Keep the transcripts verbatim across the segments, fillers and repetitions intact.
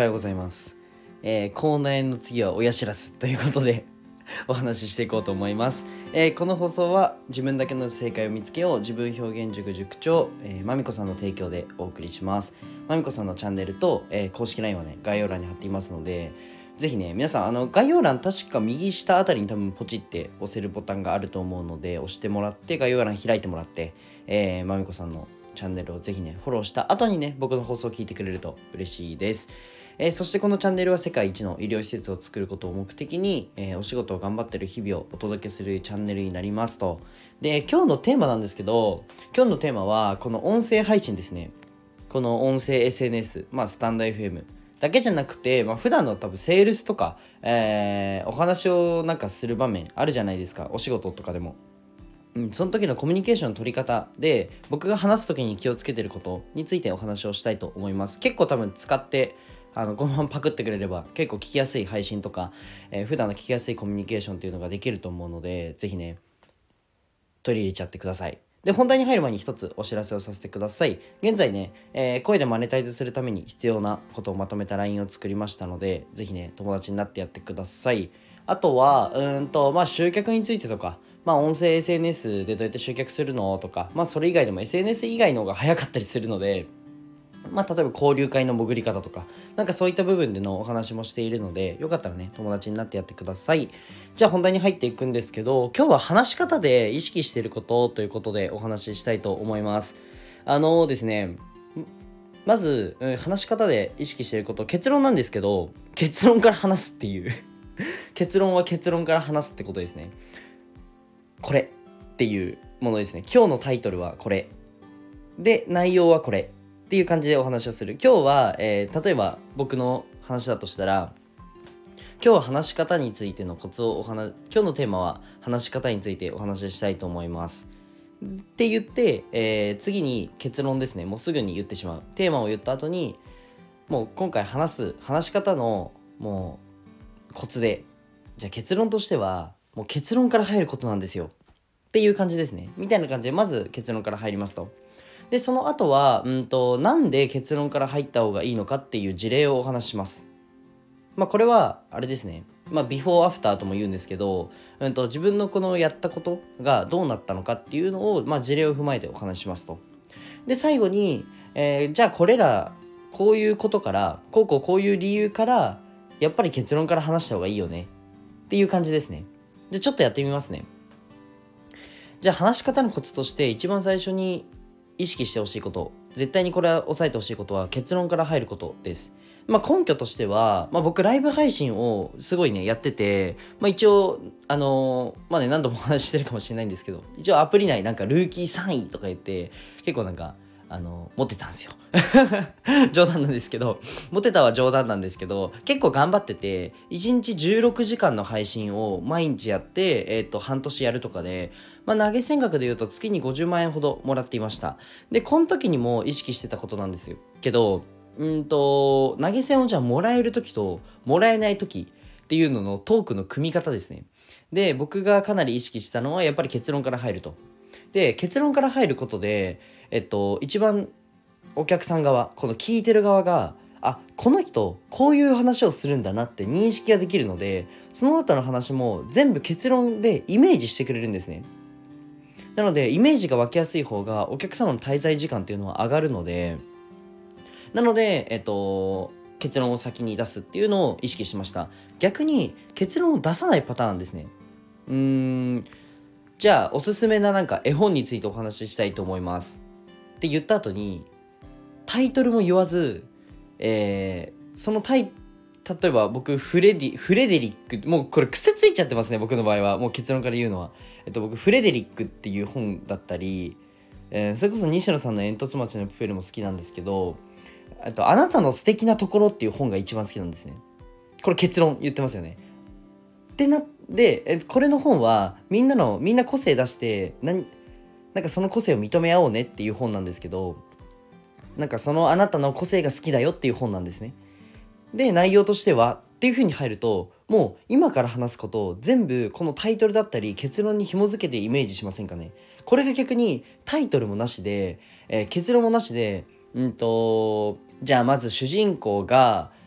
ようございます。えー、口内炎の次は親知らずということでお話ししていこうと思います。えー、この放送は自分だけの正解を見つけよう自分表現塾塾長、えー、まみこさんの提供でお送りします。まみこさんのチャンネルと、えー、公式 ライン はね概要欄に貼っていますので、ぜひね皆さんあの概要欄確か右下あたりに多分ポチって押せるボタンがあると思うので、押してもらって概要欄開いてもらって、えー、まみこさんのチャンネルをぜひねフォローした後にね僕の放送を聞いてくれると嬉しいです。えー、そしてこのチャンネルは世界一の医療施設を作ることを目的に、えー、お仕事を頑張ってる日々をお届けするチャンネルになりますと。で、今日のテーマなんですけど、今日のテーマはこの音声配信ですね。この音声 エスエヌエス、まあスタンド エフエム だけじゃなくて、まあ普段の多分セールスとか、えー、お話をなんかする場面あるじゃないですか、お仕事とかでも。うん、その時のコミュニケーションの取り方で僕が話す時に気をつけてることについてお話をしたいと思います。結構多分使ってあのこのままパクってくれれば結構聞きやすい配信とか、えー、普段の聞きやすいコミュニケーションっていうのができると思うので、ぜひね取り入れちゃってください。で、本題に入る前に一つお知らせをさせてください。現在ね、えー、声でマネタイズするために必要なことをまとめた ライン を作りましたので、ぜひね友達になってやってください。あとはうーんとまあ集客についてとか、まあ音声 エスエヌエス でどうやって集客するのとか、まあそれ以外でも エスエヌエス 以外の方が早かったりするので、まあ例えば交流会の潜り方とか、なんかそういった部分でのお話もしているので、よかったらね友達になってやってください。じゃあ本題に入っていくんですけど、今日は話し方で意識していることということでお話ししたいと思います。あのー、ですねまず、うん、話し方で意識していること、結論なんですけど、結論から話すっていう結論は結論から話すってことですね。これっていうものですね。今日のタイトルはこれで、内容はこれっていう感じでお話をする。今日は、えー、例えば僕の話だとしたら、今日は話し方についてのコツをお話、今日のテーマは話し方についてお話ししたいと思いますって言って、えー、次に結論ですね。もうすぐに言ってしまう。テーマを言った後に、もう今回話す話し方のもうコツで、じゃあ結論としてはもう結論から入ることなんですよっていう感じですね。みたいな感じでまず結論から入りますと。で、その後はうんとなんで結論から入った方がいいのかっていう事例をお話しします。まあこれはあれですね。まあビフォーアフターとも言うんですけど、うんと自分のこのやったことがどうなったのかっていうのを、まあ事例を踏まえてお話ししますと。で、最後に、えー、じゃあこれらこういうことからこうこうこういう理由からやっぱり結論から話した方がいいよねっていう感じですね。じゃあちょっとやってみますね。じゃあ話し方のコツとして一番最初に意識してほしいこと、絶対にこれは押さえてほしいことは結論から入ることです。まあ根拠としては、まあ、僕ライブ配信をすごいねやってて、まあ、一応あのー、まあね何度もお話ししてるかもしれないんですけど、一応アプリ内なんかルーキーさんいとか言って結構なんかあのモテたんですよ冗談なんですけど、モテたは冗談なんですけど、結構頑張ってていちにちじゅうろくじかんの配信を毎日やって、えー、と半年やるとかで、まあ、投げ銭額でいうと月にごじゅうまんえんほどもらっていました。でこの時にも意識してたことなんですよけど、うんと投げ銭をじゃあもらえる時ともらえない時っていうののトークの組み方ですね。で僕がかなり意識したのはやっぱり結論から入ると。で結論から入ることで、えっと、一番お客さん側、この聞いてる側が、あ、この人こういう話をするんだなって認識ができるので、その後の話も全部結論でイメージしてくれるんですね。なのでイメージが湧きやすい方がお客様の滞在時間っていうのは上がるので、なので、えっと、結論を先に出すっていうのを意識しました。逆に結論を出さないパターンですね。うーんじゃあおすすめななんか絵本についてお話ししたいと思いますって言った後にタイトルも言わず、えー、そのタイ例えば僕フレディフレデリック、もうこれ癖ついちゃってますね僕の場合は。もう結論から言うのは、えっと、僕フレデリックっていう本だったり、えー、それこそ西野さんの煙突町のプペルも好きなんですけど、あとあなたの素敵なところっていう本が一番好きなんですね。これ結論言ってますよね。ってなでえこれの本はみんなのみんな個性出してななんかその個性を認め合おうねっていう本なんですけど、なんかそのあなたの個性が好きだよっていう本なんですね。で内容としてはっていう風に入ると、もう今から話すことを全部このタイトルだったり結論に紐づけてイメージしませんかね。これが逆にタイトルもなしで、えー、結論もなしで、うんとじゃあまず主人公が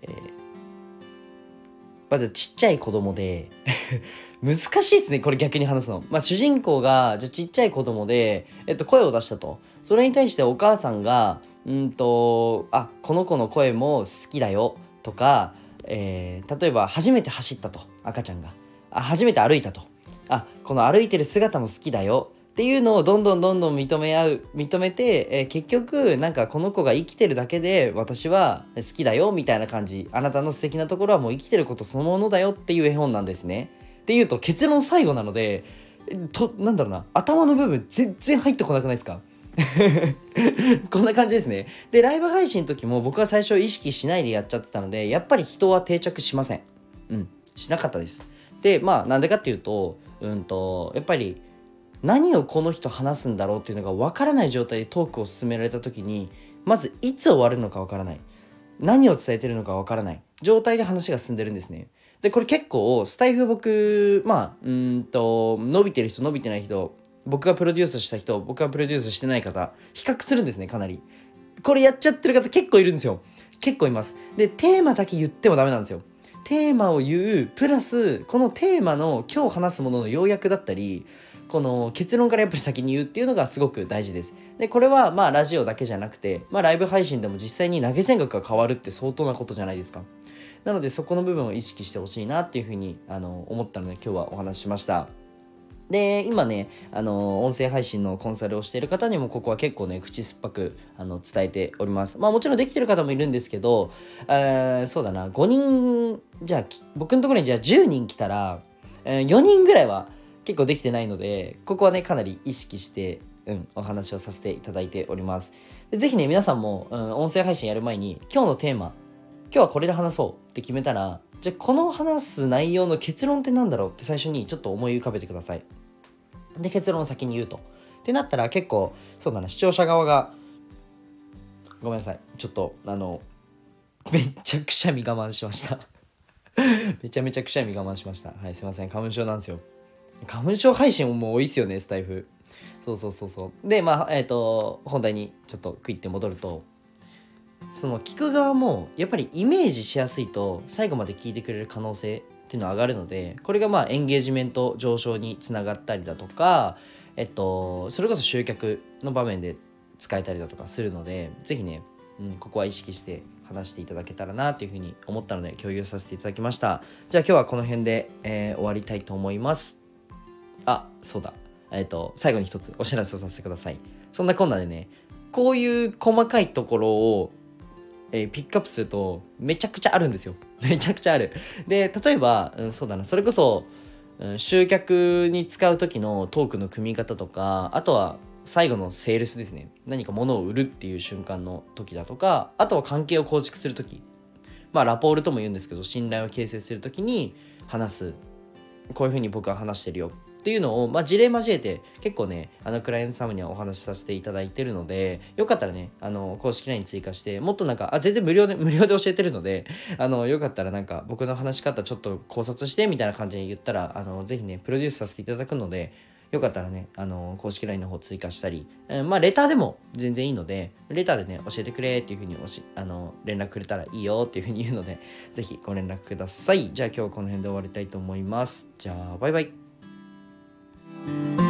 えー、まずちっちゃい子供で難しいですねこれ逆に話すの。まあ主人公がじゃちっちゃい子供で、えっと、声を出したと。それに対してお母さんがうんとあこの子の声も好きだよとか、えー、例えば初めて走ったと赤ちゃんがあ初めて歩いたとあこの歩いてる姿も好きだよっていうのをどんどんどんどん認め合う認めて、えー、結局なんかこの子が生きてるだけで私は好きだよみたいな感じ、あなたの素敵なところはもう生きてることそのものだよっていう絵本なんですね。っていうと結論最後なのでとなんだろうな頭の部分全然入ってこなくないですかこんな感じですね。でライブ配信の時も僕は最初意識しないでやっちゃってたのでやっぱり人は定着しません。うんしなかったです。でまあなんでかっていうとうんとやっぱり何をこの人話すんだろうっていうのが分からない状態でトークを進められた時にまずいつ終わるのか分からない、何を伝えてるのか分からない状態で話が進んでるんですね。でこれ結構スタイフ僕まあうんと伸びてる人伸びてない人、僕がプロデュースした人僕がプロデュースしてない方比較するんですね。かなりこれやっちゃってる方結構いるんですよ。結構います。でテーマだけ言ってもダメなんですよ。テーマを言うプラスこのテーマの今日話すものの要約だったりこの結論からやっぱり先に言うっていうのがすごく大事です。でこれはまあラジオだけじゃなくて、まあ、ライブ配信でも実際に投げ銭額が変わるって相当なことじゃないですか。なのでそこの部分を意識してほしいなっていうふうにあの思ったので今日はお話ししました。で今ねあの音声配信のコンサルをしている方にもここは結構ね口酸っぱくあの伝えております。まあもちろんできてる方もいるんですけど、えー、そうだなごにんじゃあ僕のところにじゃあじゅうにん来たら、えー、よにんぐらいは結構できてないのでここはねかなり意識して、うん、お話をさせていただいております。でぜひね皆さんも、うん、音声配信やる前に今日のテーマ今日はこれで話そうって決めたらじゃあこの話す内容の結論ってなんだろうって最初にちょっと思い浮かべてください。で結論を先に言うとってなったら結構そうだな視聴者側がごめんなさいちょっとあのめっちゃくちゃ身我慢しましためちゃめちゃくしゃみ我慢しました。はいすいません花粉症なんですよ。花粉症配信も多いっすよねスタイフ。そうそうそうそうでまあえっ、ー、と本題にちょっとクイって戻るとその聞く側もやっぱりイメージしやすいと最後まで聞いてくれる可能性っていうのは上がるのでこれがまあエンゲージメント上昇につながったりだとかえっとそれこそ集客の場面で使えたりだとかするのでぜひね、うん、ここは意識して話していただけたらなというふうに思ったので共有させていただきました。じゃあ今日はこの辺で、えー、終わりたいと思います。あそうだえっと最後に一つお知らせをさせてください。そんなこんなでねこういう細かいところをえー、ピックアップするとめちゃくちゃあるんですよ。めちゃくちゃある。で例えば、うん、そうだなそれこそ、うん、集客に使う時のトークの組み方とかあとは最後のセールスですね。何か物を売るっていう瞬間の時だとかあとは関係を構築する時まあラポールとも言うんですけど信頼を形成する時に話すこういう風に僕は話してるよっていうのを、まあ、事例交えて結構ねあのクライアント様にはお話しさせていただいてるのでよかったらねあの公式 ライン 追加してもっとなんかあ全然無料で無料で教えてるのであのよかったらなんか僕の話し方ちょっと考察してみたいな感じに言ったらあのぜひねプロデュースさせていただくのでよかったらねあの公式 ライン の方追加したり、えー、まあレターでも全然いいのでレターでね教えてくれっていう風におしあの連絡くれたらいいよっていう風に言うのでぜひご連絡ください。じゃあ今日はこの辺で終わりたいと思います。じゃあバイバイ。